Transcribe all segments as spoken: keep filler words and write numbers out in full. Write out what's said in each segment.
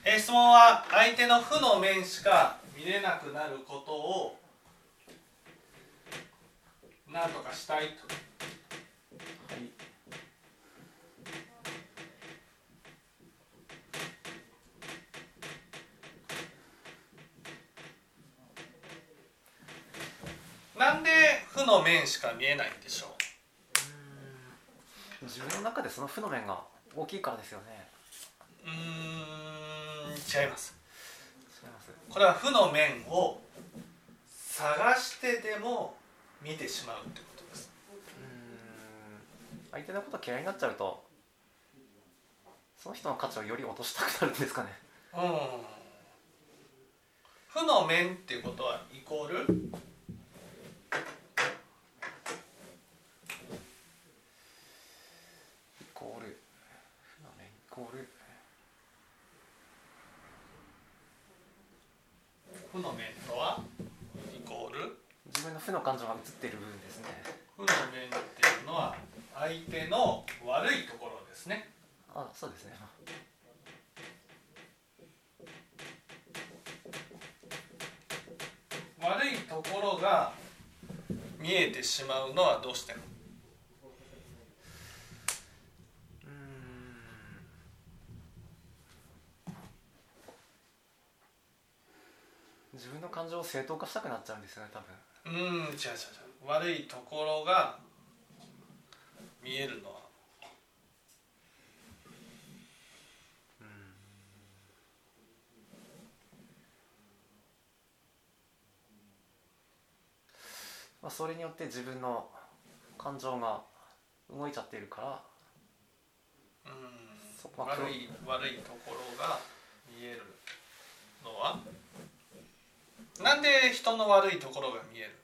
えー、質問は相手の負の面しか見れなくなることを何とかしたいと。 はい。 なんで負の面しか見えないんでしょう。 うーん、自分の中でその負の面が大きいからですよね。 うーん、違います。 違います。 これは負の面を探してでも見てしまうってことです。 うーん、相手のこと嫌いになっちゃうとその人の価値をより落としたくなるんですかね。 うん。負の面っていうことはイコールイコール負の面イコール負の面とはイコール自分の負の感情が映っている部分ですね。 負の面っていうのは相手の悪いところですね。 あ、そうですね。 悪いところが見えてしまうのはどうして？ うーん、自分の感情を正当化したくなっちゃうんですよね、多分。 うーん、違う違う違う。悪いところが見えるのはうーん、まあ、それによって自分の感情が動いちゃっているから、 うーん、 そこは悪い悪いところが見えるのはなんで人の悪いところが見える？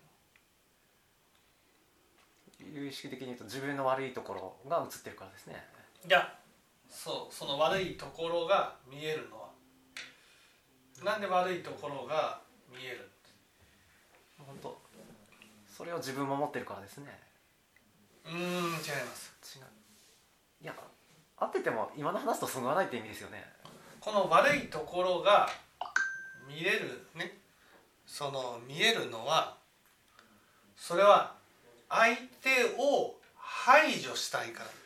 有意識的に言うと自分の悪いところが映ってるからですね。 いや、そうその悪いところが見えるのはなんで悪いところが見える？ 本当、それを自分も持ってるからですね。 うーん、違います。 違う。いや、合ってても今の話とそぐわないって意味ですよね。 この悪いところが見れるね、その見えるのはそれは相手を排除したいからです。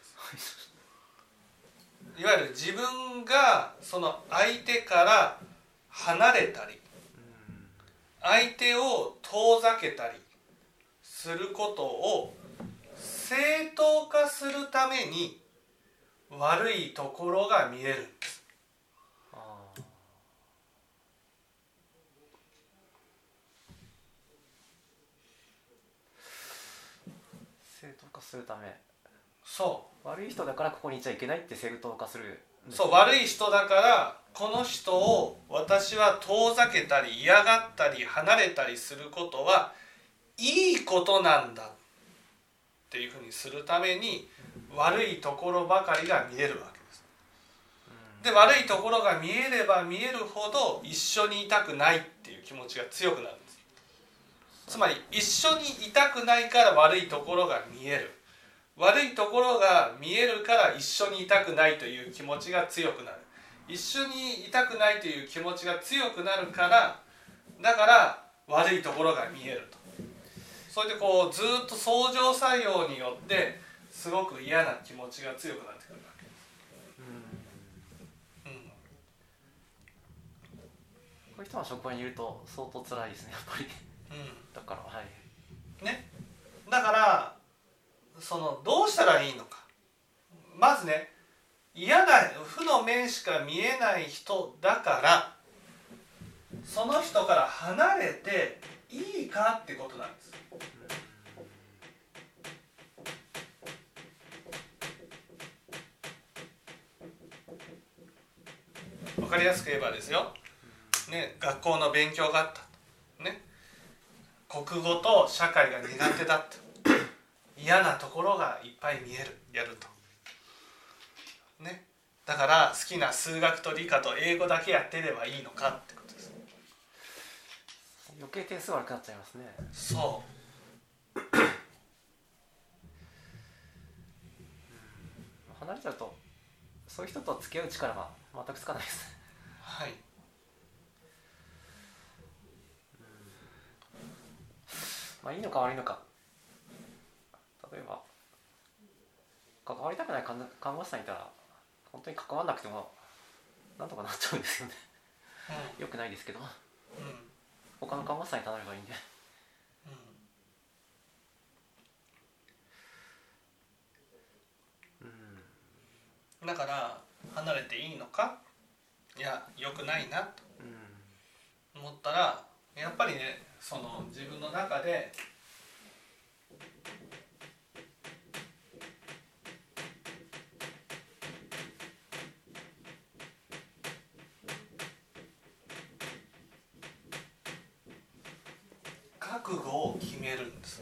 いわゆる自分がその相手から離れたり相手を遠ざけたりすることを正当化するために悪いところが見えるんです。 あー、正当化するため、 そ悪い人だからここにいちゃいけないって正当化するんでう、 す。 そう、悪い人だからこの人を私は遠ざけたり嫌がったり離れたりすることはいいことなんだっていうふうにするために悪いところばかりが見えるわけです。で、悪いところが見えれば見えるほど一緒にいたくないっていう気持ちが強くなるんです。つまり一緒にいたくないから悪いところが見える、悪いところが見えるから一緒にいたくないという気持ちが強くなる、一緒にいたくないという気持ちが強くなるからだから悪いところが見えると。それでこうずっと相乗作用によってすごく嫌な気持ちが強くなってくるわけです。うん、 こういう人は職場にいると相当辛いですね、やっぱり。 うん、 だから、はいね、だからそのどうしたらいいのか、まずね、嫌な負の面しか見えない人だからその人から離れていいかってことなんです。わかりやすく言えばですよ、ね、学校の勉強があった、ね、国語と社会が苦手だった嫌なところがいっぱい見える、やると、ね、だから好きな数学と理科と英語だけやってればいいのかってことです。 余計点数悪くなっちゃいますね。 そう離れちゃうとそういう人と付き合う力が全くつかないです。 はい。 まあいいのか悪いのか、例えば関わりたくない看護師さんいたら本当に関わらなくてもなんとかなっちゃうんですよね、うん、よくないですけど、うん、他の看護師さんに頼めばいいんで、 うんうん、だから離れていいのか、いや良くないなと思ったら、やっぱりね、その自分の中で覚悟を決めるんです。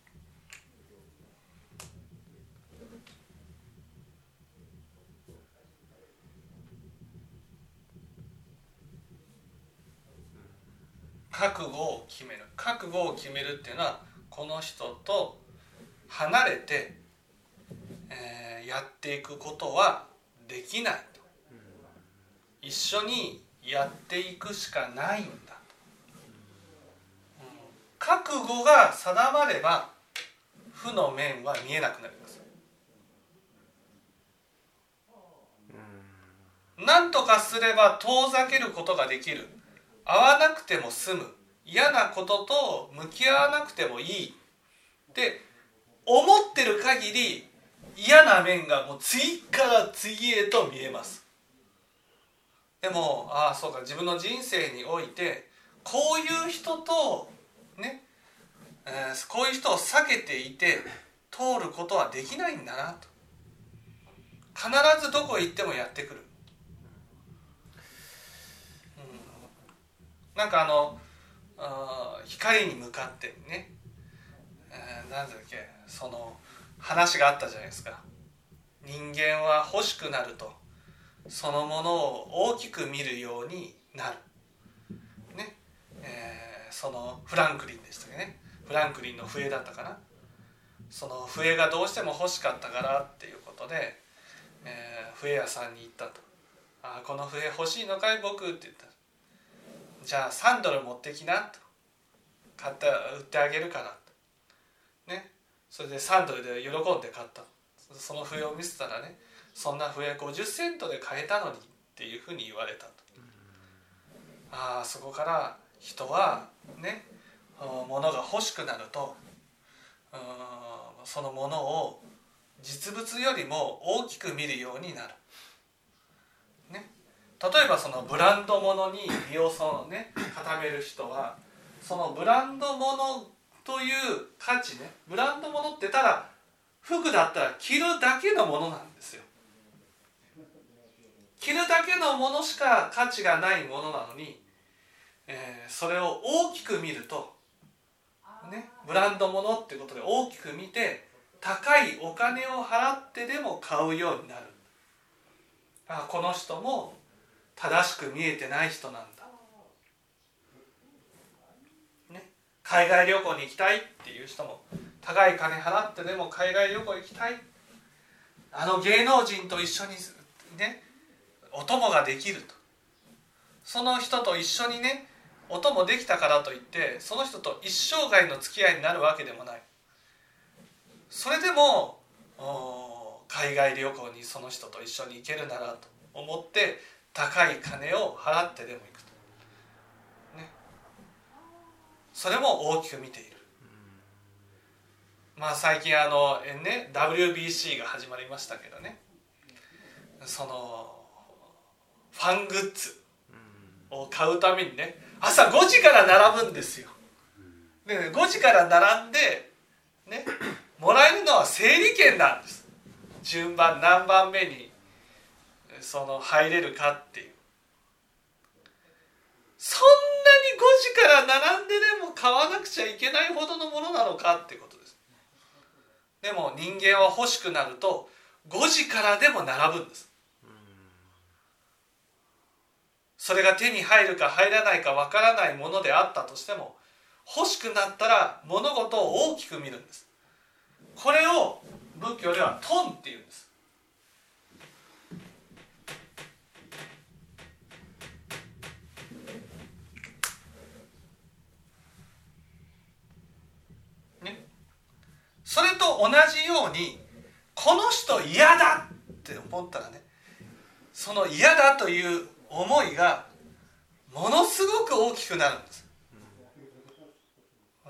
覚悟を決める。覚悟を決めるっていうのは、この人と離れて、えー、やっていくことはできないと。一緒にやっていくしかないんだと。うん、覚悟が定まれば負の面は見えなくなります。なんとかすれば遠ざけることができる。会わなくても済む、嫌なことと向き合わなくてもいいって思ってる限り、嫌な面がもう次から次へと見えます。でも、ああそうか、自分の人生においてこういう人とね、えー、こういう人を避けていて通ることはできないんだなと。必ずどこへ行ってもやってくる。なんかあのあ光に向かってね、えー、なんだっけ、その話があったじゃないですか。人間は欲しくなるとそのものを大きく見るようになる、ねえー、そのフランクリンでしたね。フランクリンの笛だったかな。その笛がどうしても欲しかったからっていうことで、えー、笛屋さんに行ったと。あ、この笛欲しいのかい僕って言った。じゃあさんドル持ってきなと、買って売ってあげるからと、ね、それでさんドルで喜んで買った。その笛を見せたらね、そんな笛ごじゅっセントで買えたのにっていうふうに言われたと。ああ、そこから人はね、物が欲しくなると、うん、その物を実物よりも大きく見るようになる。例えばそのブランド物に身をその、ね、固める人は、そのブランド物という価値ね、ブランド物ってただ服だったら着るだけのものなんですよ。着るだけのものしか価値がないものなのに、えー、それを大きく見ると、ね、ブランド物ってことで大きく見て高いお金を払ってでも買うようになる。あ、この人も正しく見えてない人なんだ、ね、海外旅行に行きたいっていう人も高い金払ってでも海外旅行行きたい、あの芸能人と一緒にねお供ができると。その人と一緒にねお供できたからといってその人と一生涯の付き合いになるわけでもない。それでも海外旅行にその人と一緒に行けるならと思って高い金を払ってでも行くと、ね、それも大きく見ている。まあ最近あの、ね、ダブリュービーシー が始まりましたけどね、そのファングッズを買うためにね朝ごじから並ぶんですよ。でごじから並んで、ね、もらえるのは整理券なんです。順番何番目にその入れるかっていう。そんなにごじから並んででも買わなくちゃいけないほどのものなのかってことです。でも人間は欲しくなるとごじからでも並ぶんです。それが手に入るか入らないかわからないものであったとしても欲しくなったら物事を大きく見るんです。これを仏教ではトンっていうんです。 同じようにこの人嫌だって思ったらね、その嫌だという思いがものすごく大きくなるんです、うん、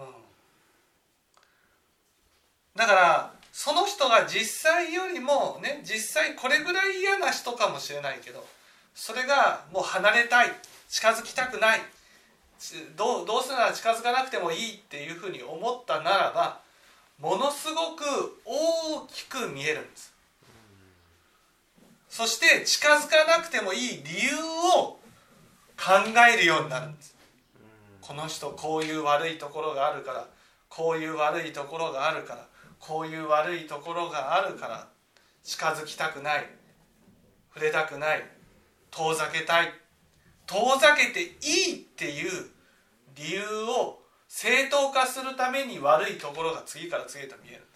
だからその人が実際よりもね、実際これぐらい嫌な人かもしれないけど、それがもう離れたい、近づきたくない、どう、どうせなら近づかなくてもいいっていうふうに思ったならば、ものすごく大きく見えるんです。そして近づかなくてもいい理由を考えるようになるんです。この人こういう悪いところがあるから、こういう悪いところがあるから、こういう悪いところがあるから近づきたくない、触れたくない、遠ざけたい、遠ざけていいっていう理由を正当化するために悪いところが次から次へと見えるんです。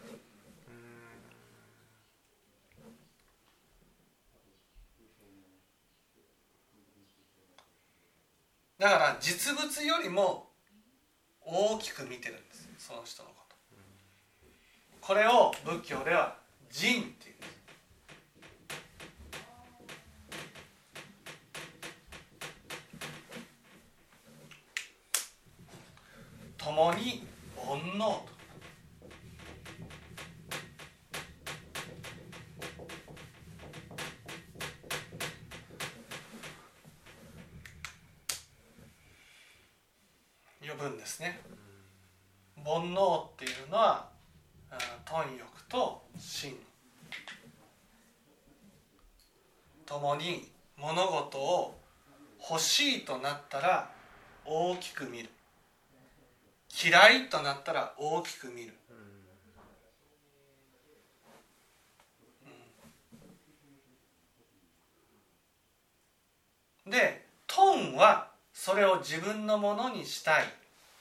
だから実物よりも大きく見てるんです、その人のこと。これを仏教では人っていう。共に煩悩と。呼ぶんですね。煩悩っていうのは貪欲と心、共に物事を欲しいとなったら大きく見る、嫌いとなったら大きく見る、うん、で貪はそれを自分のものにしたい、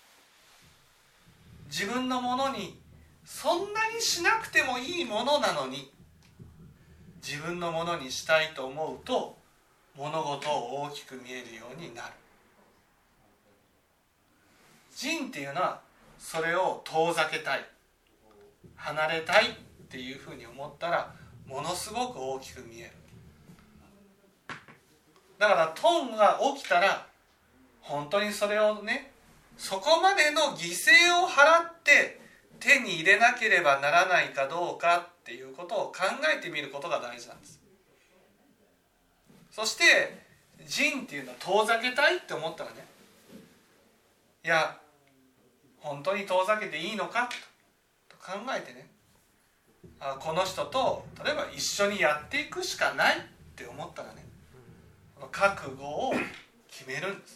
自分のものにそんなにしなくてもいいものなのに自分のものにしたいと思うと物事を大きく見えるようになる。人っていうのはそれを遠ざけたい、離れたいっていうふうに思ったらものすごく大きく見える。だから貪が起きたら本当にそれをね、そこまでの犠牲を払って手に入れなければならないかどうかっていうことを考えてみることが大事なんです。そして人っていうのは遠ざけたいって思ったらね、いや本当に遠ざけていいのかと考えてね、あこの人と例えば一緒にやっていくしかないって思ったらね、覚悟を決めるんです。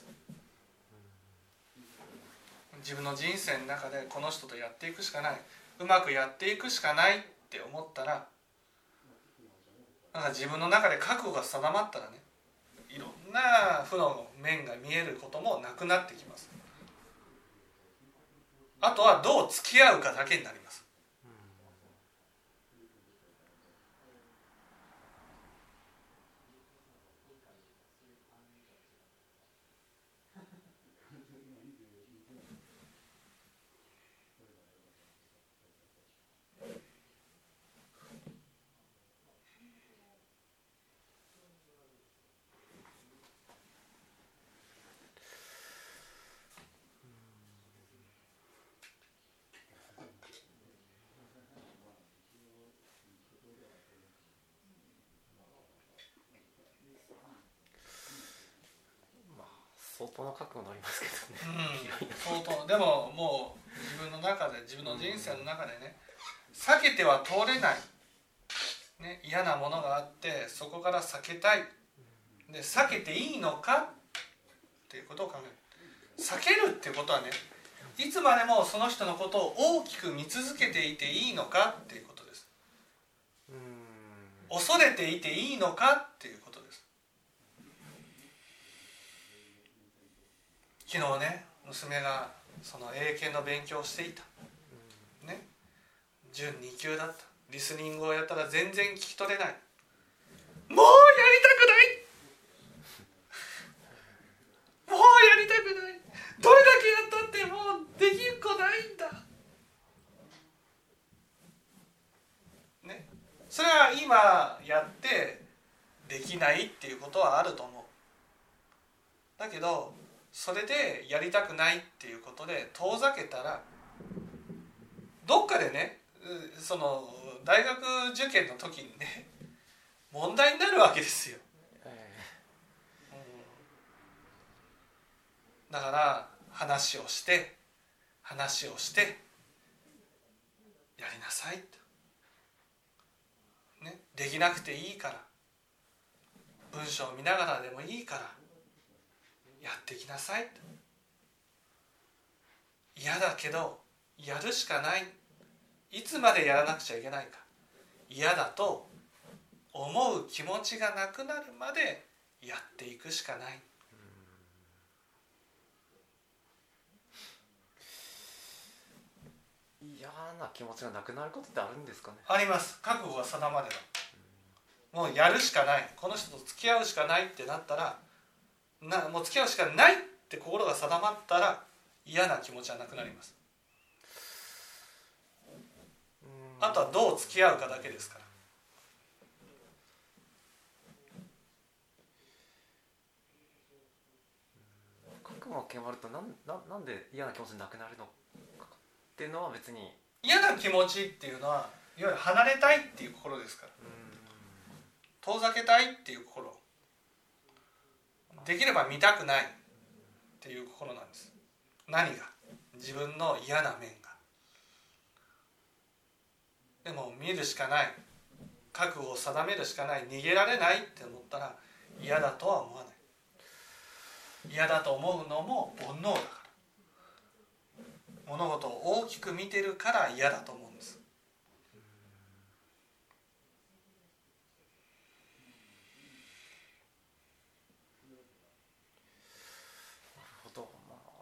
自分の人生の中でこの人とやっていくしかない、うまくやっていくしかないって思ったら、なんか自分の中で覚悟が定まったらね、いろんな負の面が見えることもなくなってきます。あとはどう付き合うかだけになります。 相当な覚悟になりますけどね、 うん、相当。でももう自分の中で、自分の人生の中でね、避けては通れない、ね、嫌なものがあってそこから避けたい、で避けていいのかっていうことを考える。避けるっていうことはね、いつまでもその人のことを大きく見続けていていいのかっていうことです。うーん、恐れていていいのかっていうことです。昨日ね、娘がその英検の勉強をしていた、ね、準に級だった。リスニングをやったら全然聞き取れない。もうやりたくないもうやりたくない、どれだけやったってもうできっこないんだ。 きないっていうことはあると思う。だけどそれでやりたくないっていうことで遠ざけたら、どっかでね、その大学受験の時にね問題になるわけですよ、うん、だから話をして話をしてやりなさいと、ね、できなくていいから文章を見ながらでもいいからやってきなさいと。嫌だけどやるしかない。いつまでやらなくちゃいけないか。嫌だと思う気持ちがなくなるまでやっていくしかない。 嫌な気持ちがなくなることってあるんですかね。 あります。覚悟が定まれば、もうやるしかない、この人と付き合うしかないってなったらな、もう付き合うしかないって心が定まったら嫌な気持ちはなくなります。あとはどう付き合うかだけですから。 覚悟が決まるとなん、な、なんで嫌な気持ちなくなるのかっていうのは別に。 嫌な気持ちっていうのはいわゆる離れたいっていう心ですから。遠ざけたいっていう心、できれば見たくないっていう心なんです。何が自分の嫌な面が。でも見るしかない、覚悟を定めるしかない、逃げられないって思ったら嫌だとは思わない。嫌だと思うのも煩悩だから、物事を大きく見てるから嫌だと思うんです。 なるほど、まあ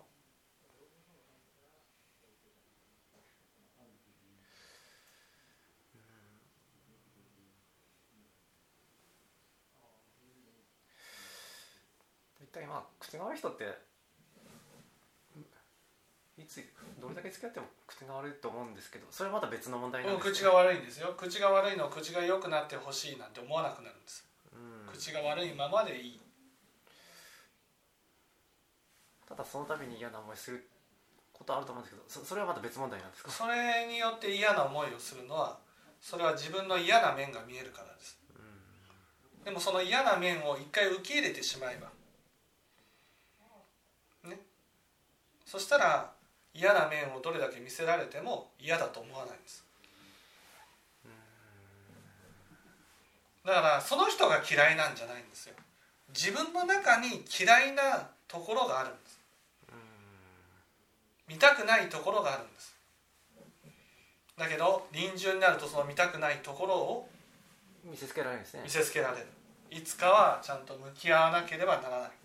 大体まあ口が悪い人っていつどれだけ付き合っても口が悪いと思うんですけど、それはまた別の問題なんですね。 口が悪いんですよ。口が悪いの、口が良くなってほしいなんて思わなくなるんです。 うん、 口が悪いままでいい。 ただその度に嫌な思いすることあると思うんですけど、 そ, それはまた別問題なんですか。 それによって嫌な思いをするのは、それは自分の嫌な面が見えるからです。うん、でもその嫌な面を一回受け入れてしまえばね、そしたら嫌な面をどれだけ見せられても嫌だと思わないんです。だからその人が嫌いなんじゃないんですよ。自分の中に嫌いなところがあるんです。見たくないところがあるんです。だけど臨終になるとその見たくないところを見せつけられるんですね。 見せつけられる。いつかはちゃんと向き合わなければならない。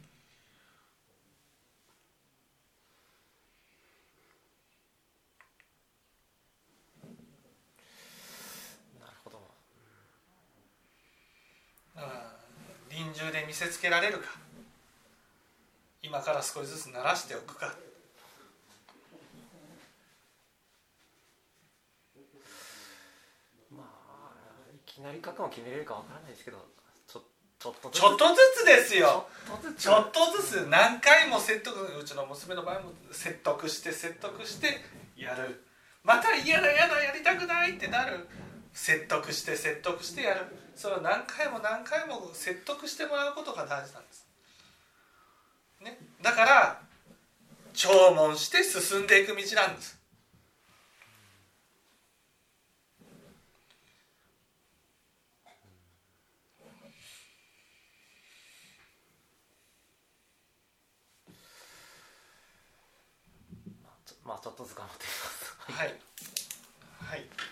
臨終で見せつけられるか、今から少しずつ慣らしておくか。 まあいきなり覚悟を決めれるかわからないですけど、ちょちょっとずつちょっとずつですよ。 ちょっとずつちょっとずつ何回も説得、うちの娘の場合も説得して説得してやる。また嫌だ嫌だやりたくないってなる。説得して説得してやる。それを何回も何回も説得してもらうことが大事なんです、ね、だから聴聞して進んでいく道なんです。 まあちょっとずつ頑張ってみます。 はい、はい。